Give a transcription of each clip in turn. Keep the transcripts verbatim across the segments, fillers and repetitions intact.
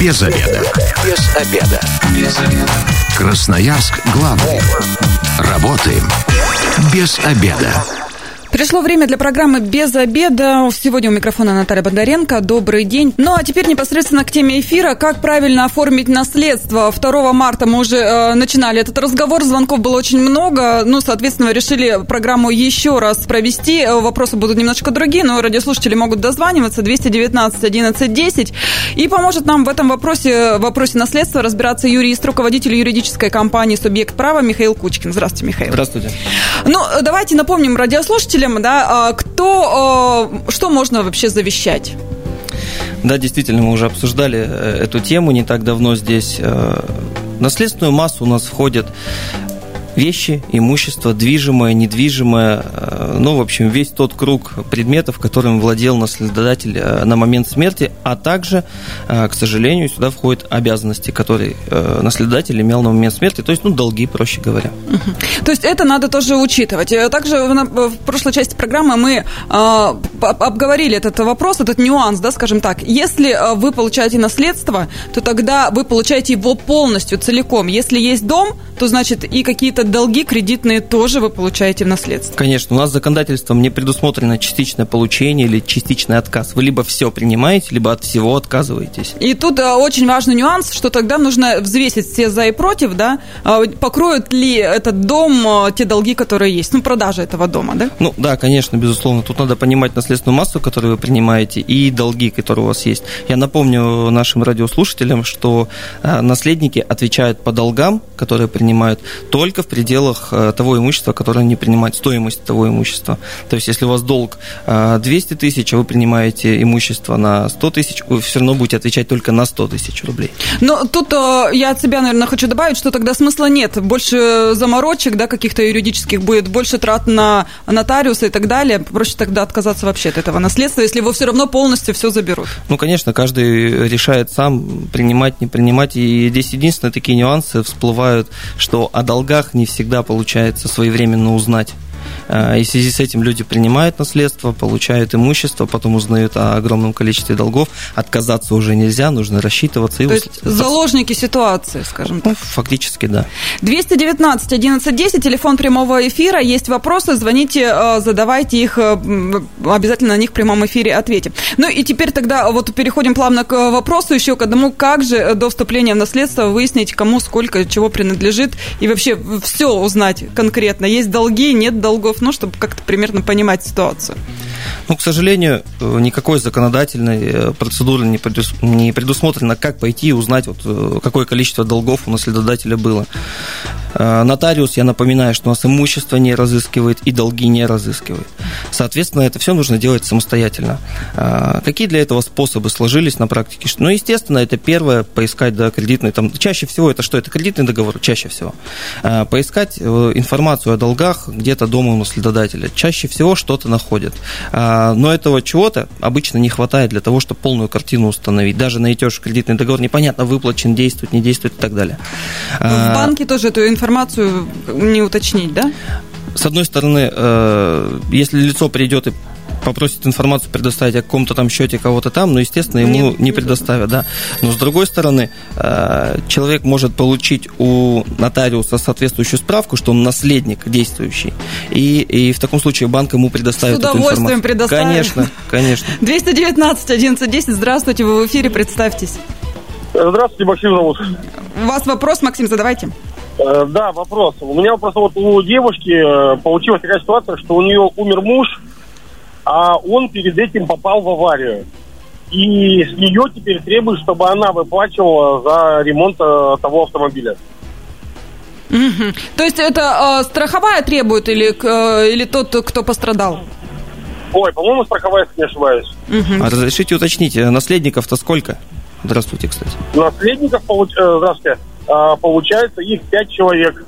Без обеда. Без обеда. Без обеда. Красноярск главный. Работаем без обеда. Пришло время для программы «Без обеда». Сегодня у микрофона Наталья Бондаренко. Добрый день. Ну, а теперь непосредственно к теме эфира. Как правильно оформить наследство? второго марта мы уже э, начинали этот разговор. Звонков было очень много. Ну, соответственно, решили программу еще раз провести. Вопросы будут немножко другие, но радиослушатели могут дозваниваться. двести девятнадцать одиннадцать десять. И поможет нам в этом вопросе, в вопросе наследства разбираться юрист, руководитель юридической компании «Субъект права» Михаил Кучкин. Здравствуйте, Михаил. Здравствуйте. Ну, давайте напомним радиослушателям, да, кто, что можно вообще завещать? Да, действительно, мы уже обсуждали эту тему не так давно здесь. В наследственную массу у нас входят вещи, имущество, движимое, недвижимое, ну, в общем, весь тот круг предметов, которым владел наследодатель на момент смерти, а также, к сожалению, сюда входят обязанности, которые наследодатель имел на момент смерти, то есть, ну, долги, проще говоря. Угу. То есть это надо тоже учитывать. Также в прошлой части программы мы обговорили этот вопрос, этот нюанс, да, скажем так. Если вы получаете наследство, то тогда вы получаете его полностью, целиком. Если есть дом, то, значит, и какие-то долги кредитные тоже вы получаете в наследство. Конечно, у нас законодательством не предусмотрено частичное получение или частичный отказ. Вы либо все принимаете, либо от всего отказываетесь. И тут а, очень важный нюанс, что тогда нужно взвесить все за и против, да, а, покроет ли этот дом а, те долги, которые есть, ну, продажа этого дома, да? Ну, да, конечно, безусловно. Тут надо понимать наследственную массу, которую вы принимаете, и долги, которые у вас есть. Я напомню нашим радиослушателям, что а, наследники отвечают по долгам, которые принимают, только в пределах того имущества, которое они принимают, стоимость того имущества. То есть, если у вас долг двести тысяч, а вы принимаете имущество на сто тысяч, вы все равно будете отвечать только на сто тысяч рублей. Но тут я от себя, наверное, хочу добавить, что тогда смысла нет. Больше заморочек, да, каких-то юридических будет, больше трат на нотариуса и так далее. Проще тогда отказаться вообще от этого наследства, если его все равно полностью все заберут. Ну, конечно, каждый решает сам, принимать, не принимать. И здесь единственные такие нюансы всплывают, что о долгах не всегда получается своевременно узнать. И в связи с этим люди принимают наследство, получают имущество, потом узнают о огромном количестве долгов. Отказаться уже нельзя, нужно рассчитываться. То есть заложники ситуации, скажем так. Ну, фактически, да. двести девятнадцать одиннадцать десять, телефон прямого эфира. Есть вопросы, звоните, задавайте их, обязательно на них в прямом эфире ответим. Ну и теперь тогда вот переходим плавно к вопросу еще к одному. Как же до вступления в наследство выяснить, кому сколько чего принадлежит и вообще все узнать конкретно? Есть долги, нет долгов? Ну, чтобы как-то примерно понимать ситуацию. Ну, к сожалению, никакой законодательной процедуры не предусмотрено, как пойти и узнать, вот, какое количество долгов у наследодателя было. Нотариус, я напоминаю, что у нас имущество не разыскивает и долги не разыскивает. Соответственно, это все нужно делать самостоятельно. Какие для этого способы сложились на практике? Ну, естественно, это первое, поискать, да, кредитный, там, чаще всего это что? Это кредитный договор, чаще всего. Поискать информацию о долгах где-то дома у наследодателя. Чаще всего что-то находят. Но этого чего-то обычно не хватает для того, чтобы полную картину установить. Даже найдешь кредитный договор, непонятно, выплачен, действует, не действует и так далее. В банке тоже эту информацию не уточнить, да? С одной стороны, если лицо придет и попросит информацию предоставить о каком-то там счете кого-то там, но, естественно, ему Нет, не предоставят, да. Но, с другой стороны, человек может получить у нотариуса соответствующую справку, что он наследник действующий, и, и в таком случае банк ему предоставит эту информацию. С удовольствием предоставит. Конечно, конечно. двести девятнадцать одиннадцать десять, здравствуйте, вы в эфире, представьтесь. Здравствуйте, Максим зовут. У вас вопрос, Максим, задавайте. Да, вопрос. У меня просто вот у девушки получилась такая ситуация, что у нее умер муж, а он перед этим попал в аварию. И с нее теперь требуют, чтобы она выплачивала за ремонт того автомобиля. Угу. То есть это э, страховая требует или, э, или тот, кто пострадал? Ой, по-моему, страховая, если не ошибаюсь. Угу. А разрешите уточнить, наследников-то сколько? Здравствуйте, кстати. Наследников, получ... здравствуйте, получается их пять человек.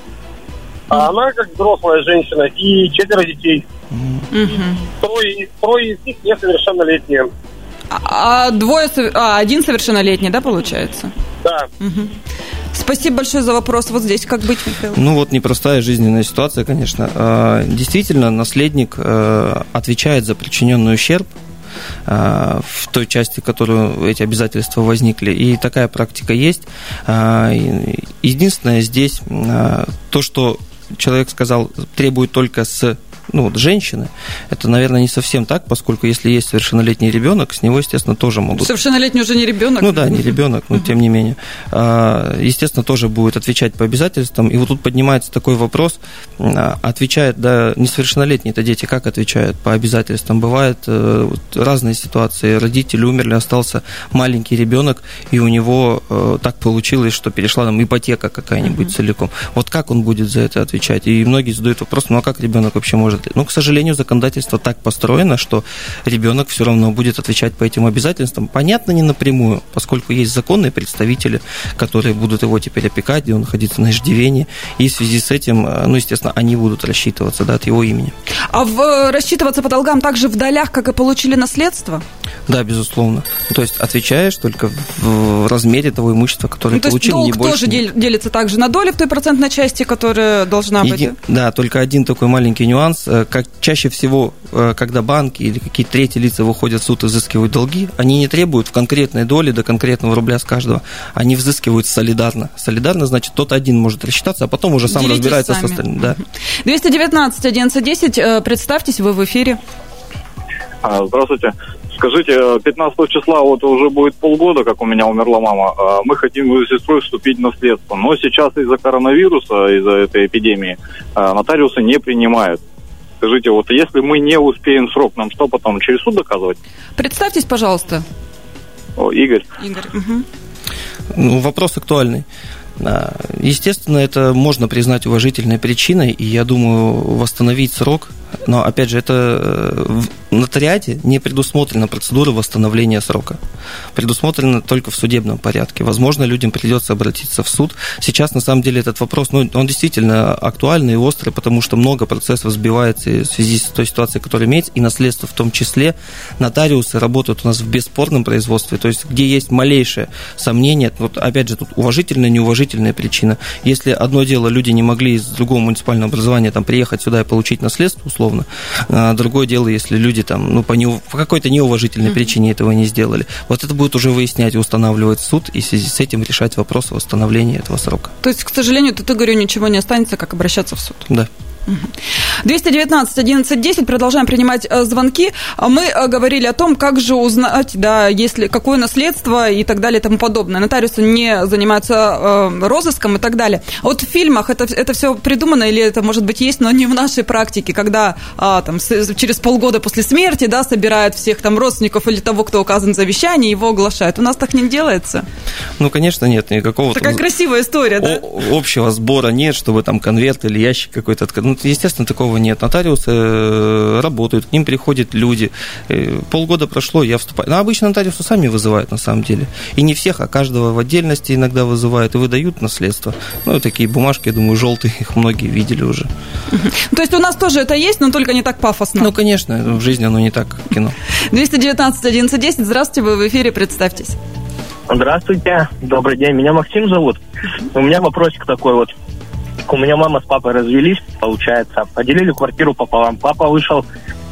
А она как взрослая женщина и четверо детей. Угу. Трое, трое из них несовершеннолетние. А, а двое, а один совершеннолетний, да, получается? Да. Угу. Спасибо большое за вопрос. Вот здесь как быть, Михаил? Ну вот непростая жизненная ситуация, конечно. Действительно, наследник отвечает за причиненный ущерб. в той части, в которую эти обязательства возникли. И такая практика есть. Единственное здесь то, что человек сказал, требует только с ну, вот женщины, это, наверное, не совсем так, поскольку если есть совершеннолетний ребенок, с него, естественно, тоже могут... Совершеннолетний уже не ребенок? Ну да, не ребенок, но тем не менее. Естественно, тоже будет отвечать по обязательствам. И вот тут поднимается такой вопрос, отвечает, да, несовершеннолетние это дети, как отвечают по обязательствам? Бывают разные ситуации. Родители умерли, остался маленький ребенок, и у него так получилось, что перешла там ипотека какая-нибудь uh-huh. целиком. Вот как он будет за это отвечать? И многие задают вопрос, ну а как ребенок вообще может? Ну, к сожалению, законодательство так построено, что ребенок все равно будет отвечать по этим обязательствам. Понятно, не напрямую, поскольку есть законные представители, которые будут его теперь опекать, где он находится на иждивении, и в связи с этим, ну, естественно, они будут рассчитываться, да, от его имени. А в, рассчитываться по долгам также в долях, как и получили наследство? Да, безусловно. То есть отвечаешь только в размере того имущества, которое ну, получил, не больше. То есть долг тоже делится также на доли в той процентной части, которая должна Еди... быть? Да, только один такой маленький нюанс. Как чаще всего, когда банки или какие-то третьи лица выходят в суд и взыскивают долги, они не требуют в конкретной доли до конкретного рубля с каждого. Они взыскивают солидарно. Солидарно, значит, тот один может рассчитаться, а потом уже сам Делитесь разбирается сами. С остальным. Да. двести девятнадцать одиннадцать десять, представьтесь, вы в эфире. Здравствуйте. Скажите, пятнадцатого числа вот уже будет полгода, как у меня умерла мама. Мы хотим с сестрой вступить в наследство. Но сейчас из-за коронавируса, из-за этой эпидемии, нотариусы не принимают. Скажите, вот если мы не успеем в срок, нам что потом, через суд доказывать? Представьтесь, пожалуйста. О, Игорь. Игорь. Угу. Ну, вопрос актуальный. Естественно, это можно признать уважительной причиной, и я думаю, восстановить срок. Но, опять же, это в нотариате не предусмотрена процедура восстановления срока. Предусмотрена только в судебном порядке. Возможно, людям придется обратиться в суд. Сейчас, на самом деле, этот вопрос, ну, он действительно актуальный и острый, потому что много процессов сбивается в связи с той ситуацией, которая имеется, и наследство в том числе. Нотариусы работают у нас в бесспорном производстве, то есть где есть малейшее сомнение, вот, опять же, тут уважительная, неуважительная причина. Если одно дело, люди не могли из другого муниципального образования там, приехать сюда и получить наследство, условно, а другое дело, если люди там, ну, по, неув... по какой-то неуважительной mm-hmm. причине этого не сделали. Вот это будет уже выяснять и устанавливать суд, и в связи с этим решать вопрос о восстановлении этого срока. То есть, к сожалению, тут Игорю ничего не останется, как обращаться в суд? Да. двести девятнадцать одиннадцать десять, продолжаем принимать звонки. Мы говорили о том, как же узнать, да, если какое наследство и так далее и тому подобное. Нотариусы не занимаются э, розыском и так далее. А вот в фильмах это, это все придумано или это, может быть, есть, но не в нашей практике, когда а, там, с, через полгода после смерти, да, собирают всех там родственников или того, кто указан в завещании, его оглашают. У нас так не делается? Ну, конечно, нет никакого... Такая там красивая история, да? Общего сбора нет, чтобы там конверт или ящик какой-то открыть. Ну, естественно, такого нет. Нотариусы работают, к ним приходят люди. Полгода прошло, я вступаю. Ну, обычно нотариусы сами вызывают, на самом деле. И не всех, а каждого в отдельности иногда вызывают и выдают наследство. Ну, такие бумажки, я думаю, желтые, их многие видели уже. То есть у нас тоже это есть, но только не так пафосно? Ну, конечно, в жизни оно не так, как кино. двести девятнадцать одиннадцать десять, здравствуйте, вы в эфире, представьтесь. Здравствуйте, добрый день, меня Максим зовут. У меня вопросик такой вот. У меня мама с папой развелись, получается, поделили квартиру пополам. Папа вышел,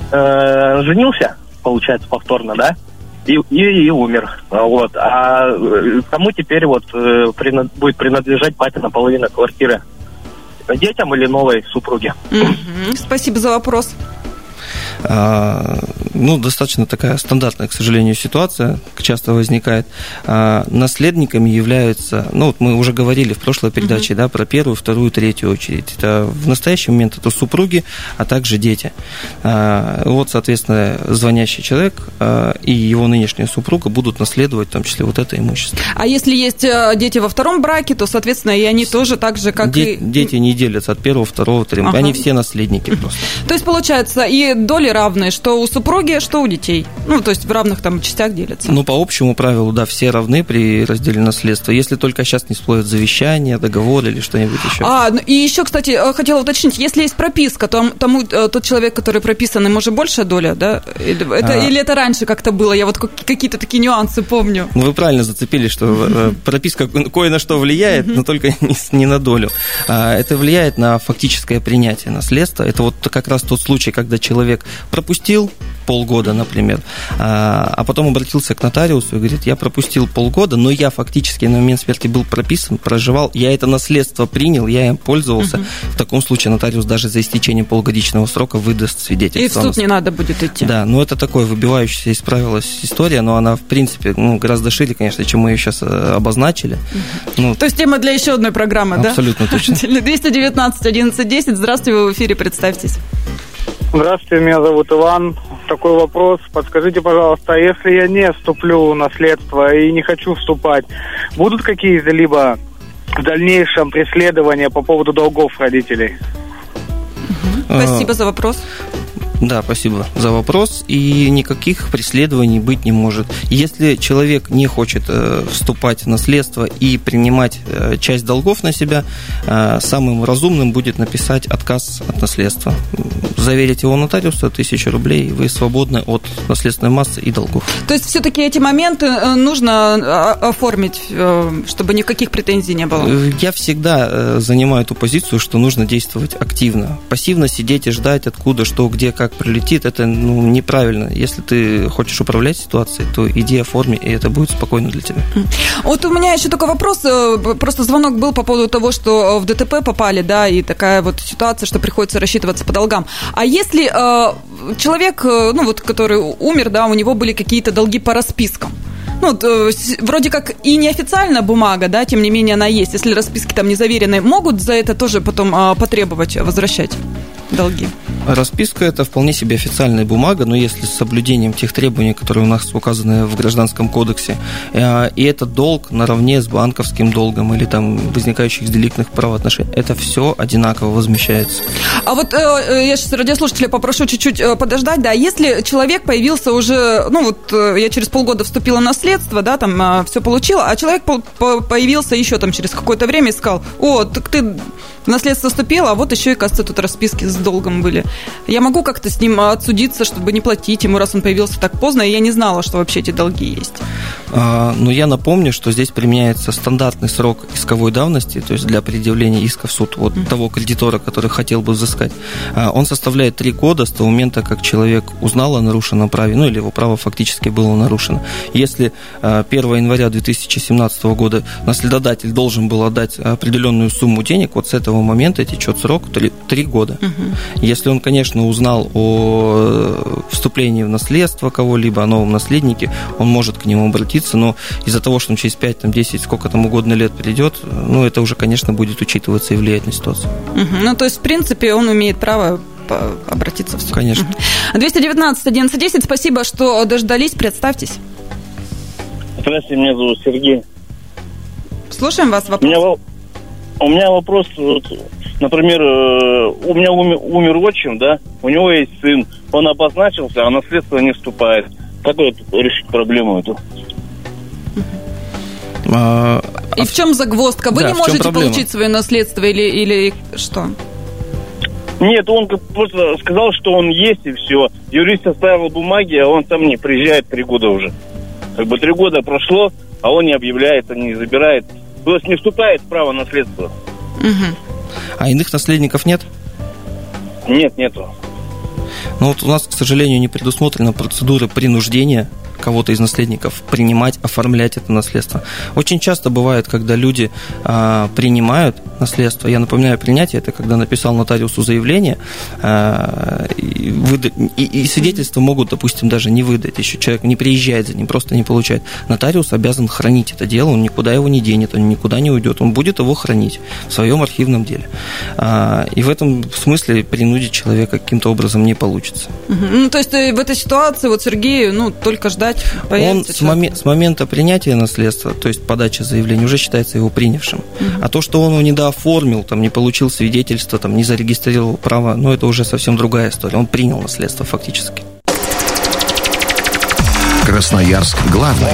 э, женился, получается, повторно, да, и, и, и умер. Вот. А кому теперь вот э, принад, будет принадлежать папина половина квартиры? Детям или новой супруге? Mm-hmm. Спасибо за вопрос. Ну, достаточно такая стандартная, к сожалению, ситуация, часто возникает. Наследниками являются, ну, вот мы уже говорили в прошлой передаче, uh-huh. да, про первую, вторую, третью очередь. Это в настоящий момент это супруги, а также дети. Вот, соответственно, звонящий человек и его нынешняя супруга будут наследовать в том числе вот это имущество. А если есть дети во втором браке, то, соответственно, и они тоже так же, как Де- и... Дети не делятся от первого, второго, третьего. Ага. Они все наследники просто. То есть, получается, и доли равные, что у супруги, что у детей. Ну, то есть в равных там частях делятся. Ну, по общему правилу, да, все равны при разделе наследства. Если только сейчас не всплывет завещание, договор или что-нибудь еще. А, и еще, кстати, хотела уточнить, если есть прописка, то тому, тот человек, который прописан, ему же большая доля, да? Это, а... Или это раньше как-то было? Я вот какие-то такие нюансы помню. Вы правильно зацепили, что прописка кое на что влияет, но только не на долю. Это влияет на фактическое принятие наследства. Это вот как раз тот случай, когда человек пропустил полгода, например, а потом обратился к нотариусу и говорит, я пропустил полгода, но я фактически на момент смерти был прописан, проживал, я это наследство принял, я им пользовался. Угу. В таком случае нотариус даже за истечением полугодичного срока выдаст свидетельство. И в суд не надо будет идти. Да, но это такое выбивающаяся из правил история, но она, в принципе, ну, гораздо шире, конечно, чем мы ее сейчас обозначили. Угу. Ну, то есть тема для еще одной программы, абсолютно, да? Абсолютно точно. двести девятнадцать одиннадцать десять, здравствуйте, вы в эфире, представьтесь. Здравствуйте, меня зовут Иван. Такой вопрос. Подскажите, пожалуйста, если я не вступлю в наследство и не хочу вступать, будут какие-либо в дальнейшем преследования по поводу долгов родителей? Угу. Спасибо за вопрос. Да, спасибо за вопрос. И никаких преследований быть не может. Если человек не хочет э, вступать в наследство и принимать э, часть долгов на себя, э, самым разумным будет написать отказ от наследства. Заверить его нотариусу, тысячу рублей, и вы свободны от наследственной массы и долгов. То есть все-таки эти моменты нужно оформить, чтобы никаких претензий не было? Я всегда занимаю эту позицию, что нужно действовать активно. Пассивно сидеть и ждать, откуда, что, где, как прилетит, это ну, неправильно. Если ты хочешь управлять ситуацией, то иди оформи, и это будет спокойно для тебя. Вот у меня еще такой вопрос. Просто звонок был по поводу того, что в ДТП попали, да, и такая вот ситуация, что приходится рассчитываться по долгам. А если э, человек, ну вот, который умер, да, у него были какие-то долги по распискам, ну, вот, э, вроде как и неофициальная бумага, да, тем не менее она есть, если расписки там не заверены, могут за это тоже потом э, потребовать возвращать долги? Расписка – это вполне себе официальная бумага, но если с соблюдением тех требований, которые у нас указаны в Гражданском кодексе, и этот долг наравне с банковским долгом или там возникающих из деликтных правоотношений, это все одинаково возмещается. А вот я сейчас радиослушателя попрошу чуть-чуть подождать, да, если человек появился уже, ну вот я через полгода вступила в наследство, да, там все получила, а человек появился еще там через какое-то время и сказал, о, так ты в наследство вступила, а вот еще и, кажется, тут расписки с долгом были. Я могу как-то с ним отсудиться, чтобы не платить ему, раз он появился так поздно, и я не знала, что вообще эти долги есть. А, но я напомню, что здесь применяется стандартный срок исковой давности, то есть для предъявления иска в суд от mm-hmm. того кредитора, который хотел бы взыскать. А, он составляет три года с того момента, как человек узнал о нарушенном праве, ну или его право фактически было нарушено. Если а, первого января две тысячи семнадцатого года наследодатель должен был отдать определенную сумму денег, вот с этого момента течет срок три года. Mm-hmm. Если он, конечно, узнал о вступлении в наследство кого-либо, о новом наследнике, он может к нему обратиться, но из-за того, что он через пять, десять, сколько там угодно лет придет, ну, это уже, конечно, будет учитываться и влиять на ситуацию. Угу. Ну, то есть, в принципе, он имеет право обратиться в суд. Конечно. двести девятнадцать одиннадцать десять, спасибо, что дождались, представьтесь. Здравствуйте, меня зовут Сергей. Слушаем вас, вопрос. У меня, у меня вопрос... Вот, например, у меня умер, умер отчим, да, у него есть сын, он обозначился, а наследство не вступает. Как вот решить проблему эту? А, И а в чем загвоздка? Вы да, не можете получить свое наследство или, или что? Нет, он просто сказал, что он есть и все. Юрист составил бумаги, а он сам не приезжает три года уже. Как бы три года прошло, а он не объявляется, не забирает. То есть не вступает в право наследства. Угу. А иных наследников нет? Нет, нету. Ну вот у нас, к сожалению, не предусмотрена процедура принуждения кого-то из наследников принимать, оформлять это наследство. Очень часто бывает, когда люди а, принимают наследство. Я напоминаю, принятие – это когда написал нотариусу заявление, а, и, выда... и, и свидетельство могут, допустим, даже не выдать. Еще человек не приезжает за ним, просто не получает. Нотариус обязан хранить это дело, он никуда его не денет, он никуда не уйдет, он будет его хранить в своем архивном деле. А, и в этом смысле принудить человека каким-то образом не получится. Угу. Ну, то есть в этой ситуации вот Сергею, ну, только ждать. Он с, момен, с момента принятия наследства, то есть подачи заявления, уже считается его принявшим. Uh-huh. А то, что он его недооформил, там, не получил свидетельства, там, не зарегистрировал право, ну, это уже совсем другая история. Он принял наследство фактически. Красноярск главный.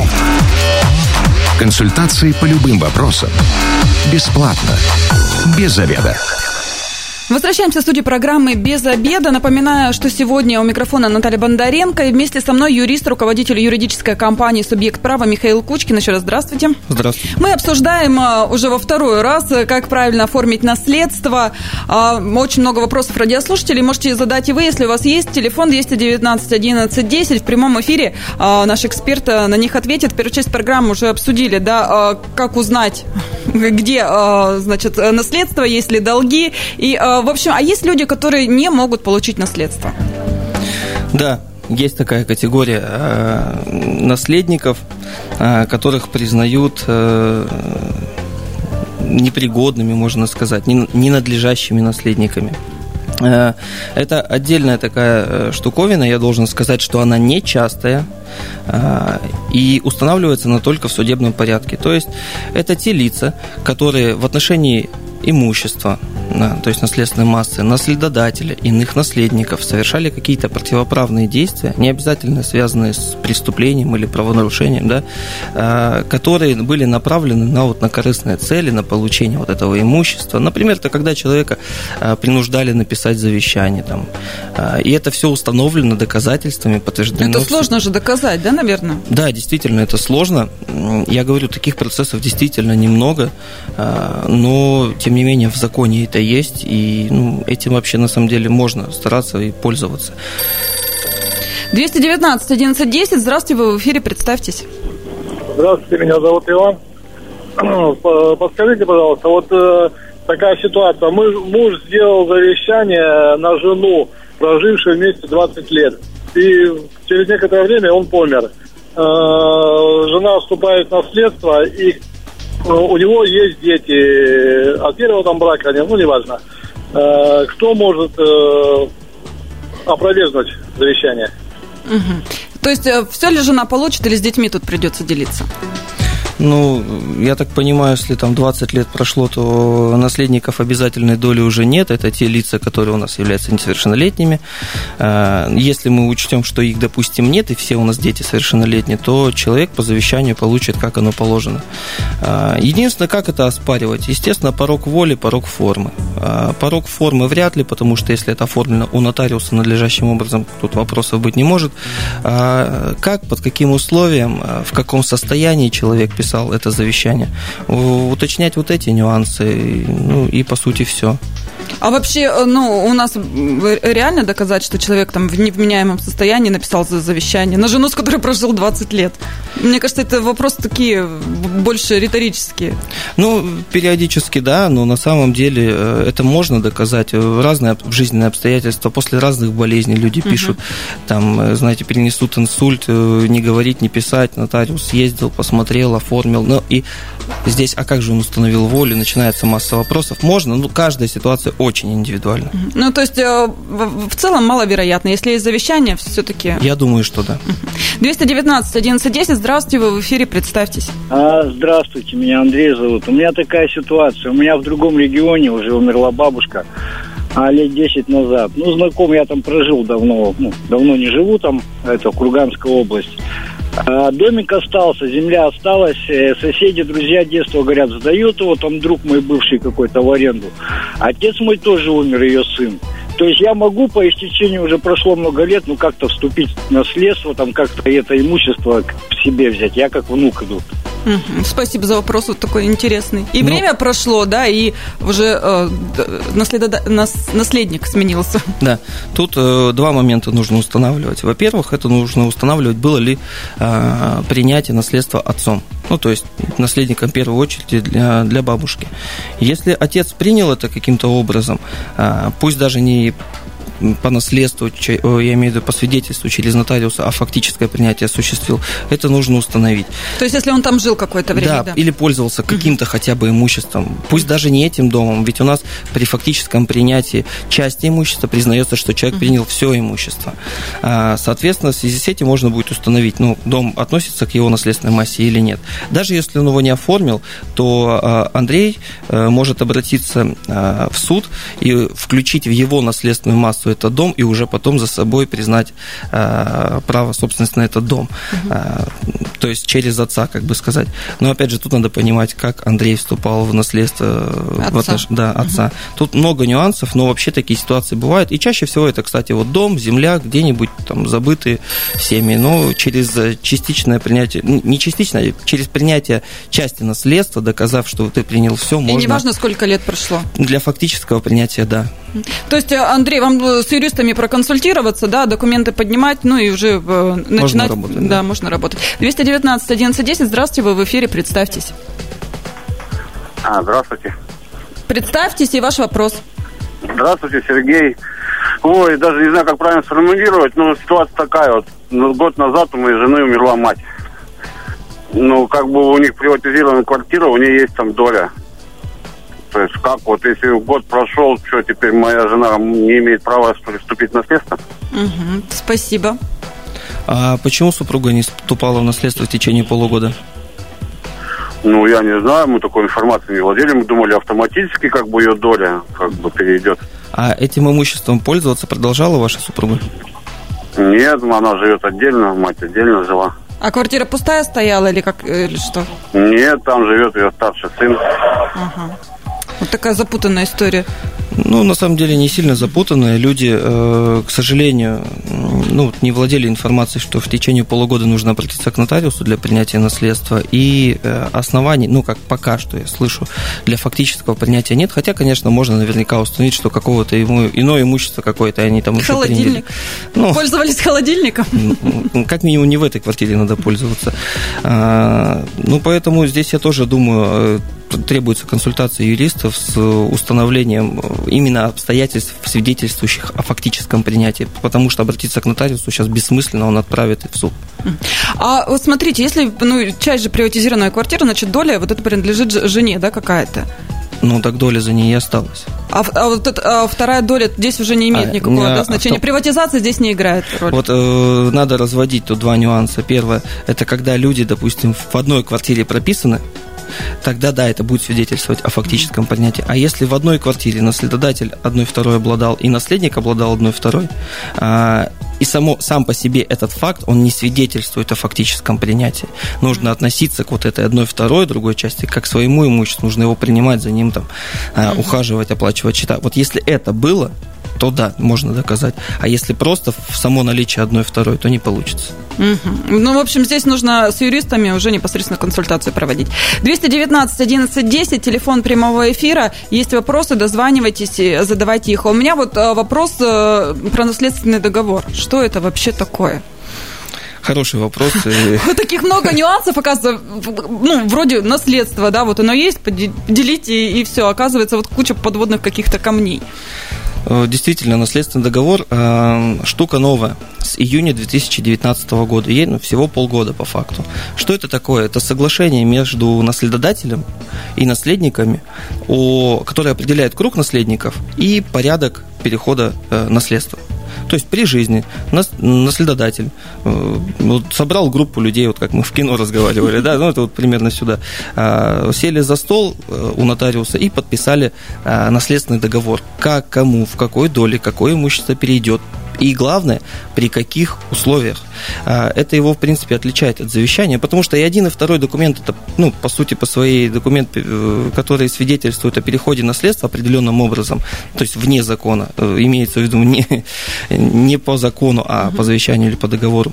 Консультации по любым вопросам. Бесплатно. Без заведа. Возвращаемся в студию программы «Без обеда». Напоминаю, что сегодня у микрофона Наталья Бондаренко. И вместе со мной юрист, руководитель юридической компании «Субъект права» Михаил Кучкин. Еще раз здравствуйте. Здравствуйте. Мы обсуждаем уже во второй раз, как правильно оформить наследство. Очень много вопросов радиослушателей. Можете задать и вы, если у вас есть. Телефон двести девятнадцать одиннадцать десять. В прямом эфире наш эксперт на них ответит. Первую часть программы уже обсудили, да, как узнать, где, значит, наследство, есть ли долги. И, в общем, а есть люди, которые не могут получить наследство? Да, есть такая категория э, наследников, э, которых признают э, непригодными, можно сказать, ненадлежащими наследниками. Э, это отдельная такая штуковина, я должен сказать, что она нечастая э, и устанавливается она только в судебном порядке. То есть это те лица, которые в отношении имущества, да, то есть наследственной массы, наследодателя, иных наследников совершали какие-то противоправные действия, не обязательно связанные с преступлением или правонарушением, да, которые были направлены на, вот, на корыстные цели, на получение вот этого имущества. Например, это когда человека принуждали написать завещание. Там, и это все установлено доказательствами, подтверждено. Это сложно же доказать, да, наверное? Да, действительно, это сложно. Я говорю, таких процессов действительно немного, но тем не менее в законе это есть, и ну, этим вообще на самом деле можно стараться и пользоваться. двести девятнадцать одиннадцать десять, здравствуйте, вы в эфире, представьтесь. Здравствуйте, меня зовут Иван. Подскажите, пожалуйста, вот э, такая ситуация. Мы, муж сделал завещание на жену, прожившую вместе двадцать лет, и через некоторое время он помер. Э, жена вступает в наследство, и у него есть дети, от первого там брака нет, ну, неважно. Э, кто может э, опровергнуть завещание? Угу. То есть все ли жена получит, или с детьми тут придется делиться? Ну, я так понимаю, если там двадцать лет прошло, то наследников обязательной доли уже нет. Это те лица, которые у нас являются несовершеннолетними. Если мы учтем, что их, допустим, нет, и все у нас дети совершеннолетние, то человек по завещанию получит, как оно положено. Единственное, как это оспаривать? Естественно, порог воли, порог формы. Порог формы вряд ли, потому что если это оформлено у нотариуса надлежащим образом, тут вопросов быть не может. Как, под каким условием, в каком состоянии человек писал это завещание, уточнять вот эти нюансы, ну и по сути все. А вообще, ну, у нас реально доказать, что человек там в невменяемом состоянии написал завещание на жену, с которой прожил двадцать лет? Мне кажется, это вопросы такие больше риторические. Ну, периодически, да, но на самом деле это можно доказать. Разные жизненные обстоятельства, после разных болезней люди пишут, uh-huh. там, знаете, перенесут инсульт, не говорить, не писать, нотариус съездил, посмотрел, оформил. Ну, и здесь, а как же он установил волю? Начинается масса вопросов. Можно, но каждая ситуация очень индивидуально. Ну, то есть, в целом маловероятно. Если есть завещание, все-таки... Я думаю, что да. двести девятнадцать одиннадцать десять, здравствуйте, вы в эфире, представьтесь. А, здравствуйте, меня Андрей зовут. У меня такая ситуация. У меня в другом регионе уже умерла бабушка а, лет десять назад. Ну, знаком, я там прожил давно, ну, давно не живу там, это Курганская область. А, домик остался, земля осталась, соседи, друзья детства говорят, сдают его, там друг мой бывший какой-то в аренду. Отец мой тоже умер, ее сын. То есть я могу по истечению, уже прошло много лет, ну как-то вступить в наследство, там как-то это имущество к себе взять. Я как внук иду. Угу. Спасибо за вопрос, вот такой интересный. И ну, время прошло, да, и уже э, наследо... нас... наследник сменился. Да, тут э, два момента нужно устанавливать. Во-первых, это нужно устанавливать, было ли э, принятие наследства отцом. Ну, то есть наследником в первую очередь для, для бабушки. Если отец принял это каким-то образом, э, пусть даже не по наследству, я имею в виду по свидетельству через нотариуса, а фактическое принятие осуществил, это нужно установить. То есть, если он там жил какое-то время, да? Да, или пользовался каким-то uh-huh. хотя бы имуществом, пусть даже не этим домом, ведь у нас при фактическом принятии части имущества признается, что человек uh-huh. принял все имущество. Соответственно, в связи с этим можно будет установить, ну, дом относится к его наследственной массе или нет. Даже если он его не оформил, то Андрей может обратиться в суд и включить в его наследственную массу этот дом и уже потом за собой признать э, право собственности на этот дом. Угу. Э, то есть через отца, как бы сказать. Но опять же, тут надо понимать, как Андрей вступал в наследство отца. В отнош... да, отца. Угу. Тут много нюансов, но вообще такие ситуации бывают. И чаще всего это, кстати, вот дом, земля, где-нибудь там забытые всеми. Но через частичное принятие, не частичное, а через принятие части наследства, доказав, что ты принял все, можно... И неважно, сколько лет прошло. Для фактического принятия, да. То есть, Андрей, вам с юристами проконсультироваться, да, документы поднимать, ну и уже начинать... Можно работать. Да, да, можно работать. двести девятнадцать одиннадцать десять, здравствуйте, вы в эфире, представьтесь. А, здравствуйте. Представьтесь и ваш вопрос. Здравствуйте, Сергей. Ой, даже не знаю, как правильно сформулировать, но ситуация такая вот. Год назад у моей жены умерла мать. Ну, как бы у них приватизирована квартира, у нее есть там доля. То есть как вот, если год прошел, что теперь моя жена не имеет права вступить в наследство? Угу, спасибо. А почему супруга не вступала в наследство в течение полугода? Ну, я не знаю, мы такой информацией не владели, мы думали, автоматически как бы ее доля как бы перейдет. А этим имуществом пользоваться продолжала ваша супруга? Нет, она живет отдельно, мать отдельно жила. А квартира пустая стояла или как, или что? Нет, там живет ее старший сын. Ага. Вот такая запутанная история. Ну, на самом деле, не сильно запутанная. Люди, э, к сожалению, ну, не владели информацией, что в течение полугода нужно обратиться к нотариусу для принятия наследства. И э, оснований, ну, как пока что я слышу, для фактического принятия нет. Хотя, конечно, можно наверняка установить, что какого-то ему, иное имущество какое-то они там еще приняли. Холодильник. Ну, пользовались холодильником? Как минимум, не в этой квартире надо пользоваться. А, ну, поэтому здесь я тоже думаю, требуется консультация юристов с установлением именно обстоятельств, свидетельствующих о фактическом принятии, потому что обратиться к нотариусу сейчас бессмысленно, он отправит их в суд. А вот смотрите, если, ну, часть же приватизированная квартира, значит, доля вот это принадлежит жене, да, какая-то? Ну, так доля за ней и осталась. А, а вот это, а вторая доля здесь уже не имеет а, никакого не, да, значения? Авто... Приватизация здесь не играет роли? Вот э, надо разводить тут два нюанса. Первое, это когда люди, допустим, в одной квартире прописаны, тогда, да, это будет свидетельствовать о фактическом принятии. А если в одной квартире наследодатель одной второй обладал и наследник обладал одной второй, а, и само, сам по себе этот факт, он не свидетельствует о фактическом принятии. Нужно относиться к вот этой одной второй, другой части, как к своему имуществу, нужно его принимать, за ним там а, ухаживать, оплачивать счета. Вот если это было, то да, можно доказать. А если просто в само наличие одной второй, то не получится. Угу. Ну, в общем, здесь нужно с юристами уже непосредственно консультацию проводить. двести девятнадцать одиннадцать десять, телефон прямого эфира. Есть вопросы, дозванивайтесь, задавайте их. А у меня вот вопрос про наследственный договор. Что это вообще такое? Хороший вопрос. Вот таких много нюансов, оказывается, ну, вроде наследства, да, вот оно есть, поделите, и все. Оказывается, вот куча подводных каких-то камней. Действительно, наследственный договор э, штука новая, с июня две тысячи девятнадцатого года, ей ну, всего полгода по факту. Что это такое? Это соглашение между наследодателем и наследниками, о, которое определяет круг наследников и порядок перехода э, наследства. То есть при жизни наследодатель э, вот, собрал группу людей, вот как мы в кино разговаривали, да, ну это вот примерно сюда, э, сели за стол э, у нотариуса и подписали э, наследственный договор, как, кому, в какой доле, какое имущество перейдет. И главное, при каких условиях. Это его, в принципе, отличает от завещания, потому что и один, и второй документ, это, ну, по сути, по своей документы, которые свидетельствуют о переходе наследства определенным образом, то есть вне закона, имеется в виду не, не по закону, а по завещанию или по договору.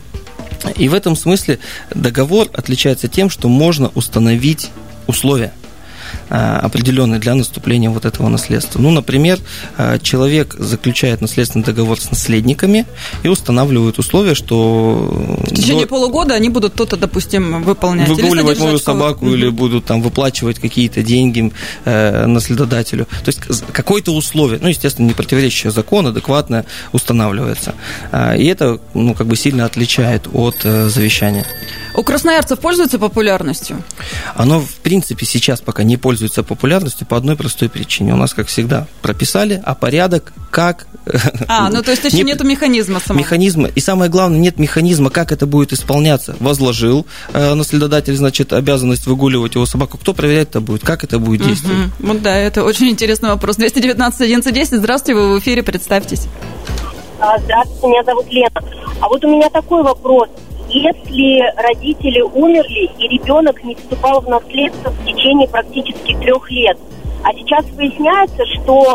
И в этом смысле договор отличается тем, что можно установить условия определенные для наступления вот этого наследства. Ну, например, человек заключает наследственный договор с наследниками и устанавливает условия, что... В течение до... полугода они будут то-то, допустим, выполнять. Выгуливать мою собаку mm-hmm. или будут там выплачивать какие-то деньги э, наследодателю. То есть какое-то условие, ну, естественно, не противоречащее закону, адекватное устанавливается. И это, ну, как бы сильно отличает от э, завещания. У красноярцев пользуется популярностью? Оно, в принципе, сейчас пока не пользуется популярностью по одной простой причине. У нас, как всегда, прописали, а порядок как... А, ну то есть еще не... нету механизма самого. Механизма. И самое главное, нет механизма, как это будет исполняться. Возложил э, наследодатель, значит, обязанность выгуливать его собаку. Кто проверять это будет? Как это будет действовать? Угу. Вот да, это очень интересный вопрос. двести девятнадцать одиннадцать десять, здравствуйте, вы в эфире, представьтесь. Здравствуйте, меня зовут Лена. А вот у меня такой вопрос. Если родители умерли и ребенок не вступал в наследство в течение практически трех лет, а сейчас выясняется, что...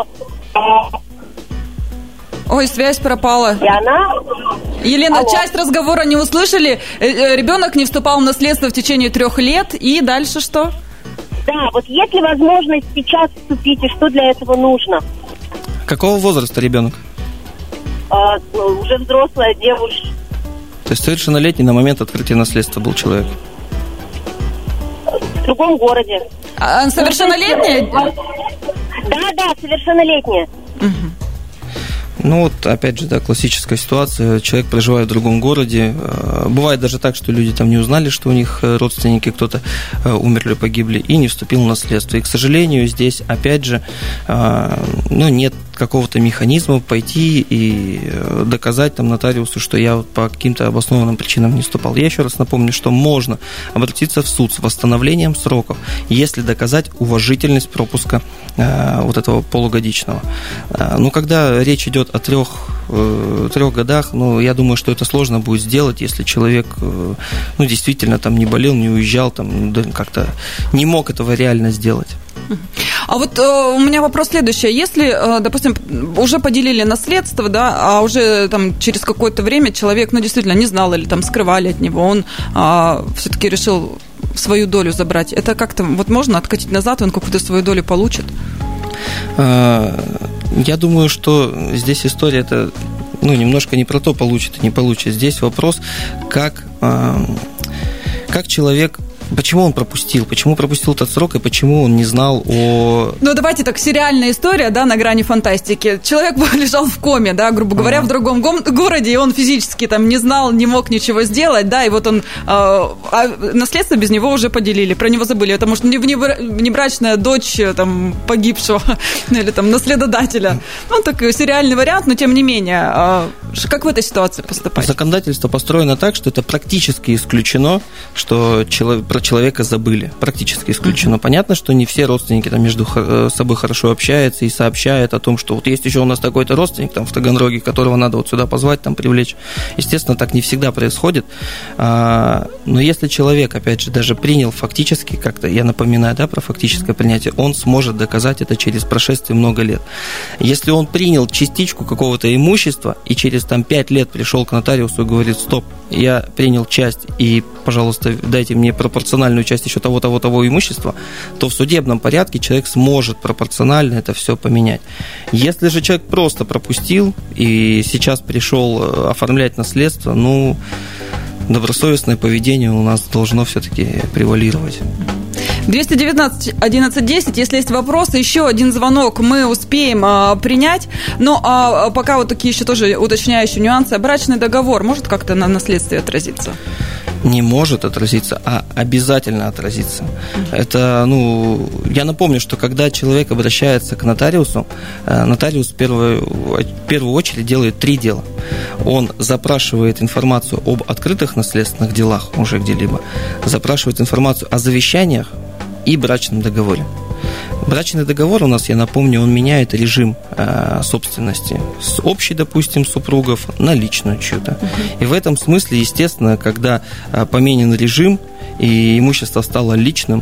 Ой, связь пропала. И она... Елена, Алло. Часть разговора не услышали. Ребенок не вступал в наследство в течение трех лет. И дальше что? Да, вот есть ли возможность сейчас вступить, и что для этого нужно? Какого возраста ребенок? А, уже взрослая девушка. То есть совершеннолетний на момент открытия наследства был человек? В другом городе. А, совершеннолетняя? Да, да, совершеннолетняя. Угу. Ну вот, опять же, да, классическая ситуация. Человек проживает в другом городе. Бывает даже так, что люди там не узнали, что у них родственники кто-то умерли, погибли, и не вступил в наследство. И, к сожалению, здесь, опять же, ну, нет какого-то механизма пойти и доказать там нотариусу, что я вот по каким-то обоснованным причинам не вступал. Я еще раз напомню, что можно обратиться в суд с восстановлением сроков, если доказать уважительность пропуска э, вот этого полугодичного. Э, ну, когда речь идет о трех, э, трех годах, ну, я думаю, что это сложно будет сделать, если человек, э, ну, действительно там не болел, не уезжал, там, да, как-то не мог этого реально сделать. А вот э, у меня вопрос следующий. Если, э, допустим, уже поделили наследство, да, а уже там через какое-то время человек, ну, действительно не знал или там скрывали от него, он э, все-таки решил свою долю забрать, это как-то вот можно откатить назад, он какую-то свою долю получит? Я думаю, что здесь история это, ну, немножко не про то, получит и не получит. Здесь вопрос, как, как человек... Почему он пропустил? Почему пропустил этот срок и почему он не знал о... Ну, давайте так, сериальная история, да, на грани фантастики. Человек лежал в коме, да, грубо говоря, ага. в другом городе, и он физически там не знал, не мог ничего сделать, да, и вот он... А наследство без него уже поделили, про него забыли, потому что внебрачная дочь там погибшего или там наследодателя. Ну, такой сериальный вариант, но тем не менее. Как в этой ситуации поступать? Законодательство построено так, что это практически исключено, что человек... про человека забыли. Практически исключено. Uh-huh. Понятно, что не все родственники там между собой хорошо общаются и сообщают о том, что вот есть еще у нас такой-то родственник там в Таганроге, которого надо вот сюда позвать, там привлечь. Естественно, так не всегда происходит. А, но если человек, опять же, даже принял фактически, как-то, я напоминаю, да, про фактическое принятие, он сможет доказать это через прошествие много лет. Если он принял частичку какого-то имущества и через там пять лет пришел к нотариусу и говорит: стоп, я принял часть и, пожалуйста, дайте мне пропорциональную часть еще того, того, того имущества, то в судебном порядке человек сможет пропорционально это все поменять. Если же человек просто пропустил и сейчас пришел оформлять наследство, ну, добросовестное поведение у нас должно все-таки превалировать. двести девятнадцать одиннадцать десять, если есть вопросы, еще один звонок мы успеем а, принять. Но а, пока вот такие еще тоже уточняющие нюансы. А брачный договор может как-то на наследстве отразиться? Не может отразиться, а обязательно отразиться. Это, ну, я напомню, что когда человек обращается к нотариусу, нотариус в первую, в первую очередь делает три дела. Он запрашивает информацию об открытых наследственных делах уже где-либо, запрашивает информацию о завещаниях и брачном договоре. Брачный договор у нас, я напомню, он меняет режим э, собственности с общей, допустим, супругов на личную чью-то. Uh-huh. И в этом смысле, естественно, когда э, поменен режим и имущество стало личным,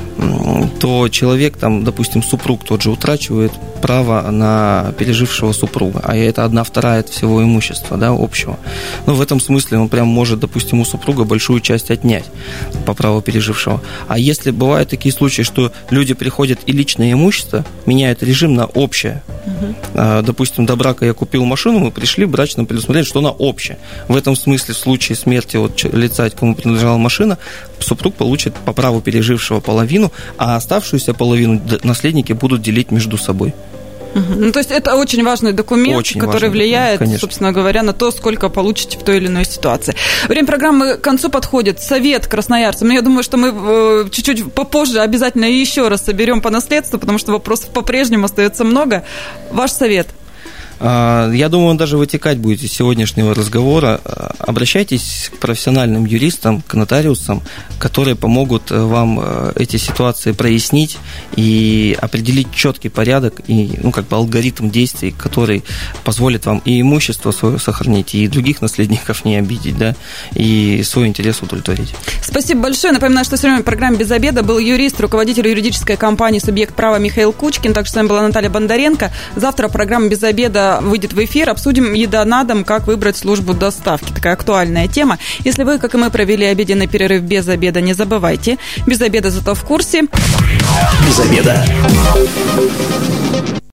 э, то человек, там, допустим, супруг тот же утрачивает право на пережившего супруга, а это одна вторая от всего имущества, да, общего. Ну, в этом смысле он прям может, допустим, у супруга большую часть отнять по праву пережившего. А если бывают такие случаи, что люди приходят и личное имущество меняют режим на общее. Uh-huh. Допустим, до брака я купил машину, мы пришли брачно предусмотреть, что она общая. В этом смысле в случае смерти от лица, кому принадлежала машина, супруг получит по праву пережившего половину, а оставшуюся половину наследники будут делить между собой. Угу. Ну, то есть это очень важный документ, очень который важный влияет, документ, собственно говоря, на то, сколько получите в той или иной ситуации. Время программы к концу подходит. Совет красноярцам. Но я думаю, что мы чуть-чуть попозже обязательно еще раз соберем по наследству, потому что вопросов по-прежнему остается много. Ваш совет? Я думаю, он даже вытекать будет из сегодняшнего разговора. Обращайтесь к профессиональным юристам, к нотариусам, которые помогут вам эти ситуации прояснить и определить четкий порядок и, ну, как бы алгоритм действий, который позволит вам и имущество свое сохранить, и других наследников не обидеть, да, и свой интерес удовлетворить. Спасибо большое. Напоминаю, что сегодня в программе «Без обеда» был юрист, руководитель юридической компании «Субъект права» Михаил Кучкин. Также с вами была Наталья Бондаренко. Завтра программа «Без обеда» выйдет в эфир. Обсудим еда на дом, как выбрать службу доставки. Такая актуальная тема. Если вы, как и мы, провели обеденный перерыв без обеда, не забывайте. Без обеда зато в курсе. Без обеда.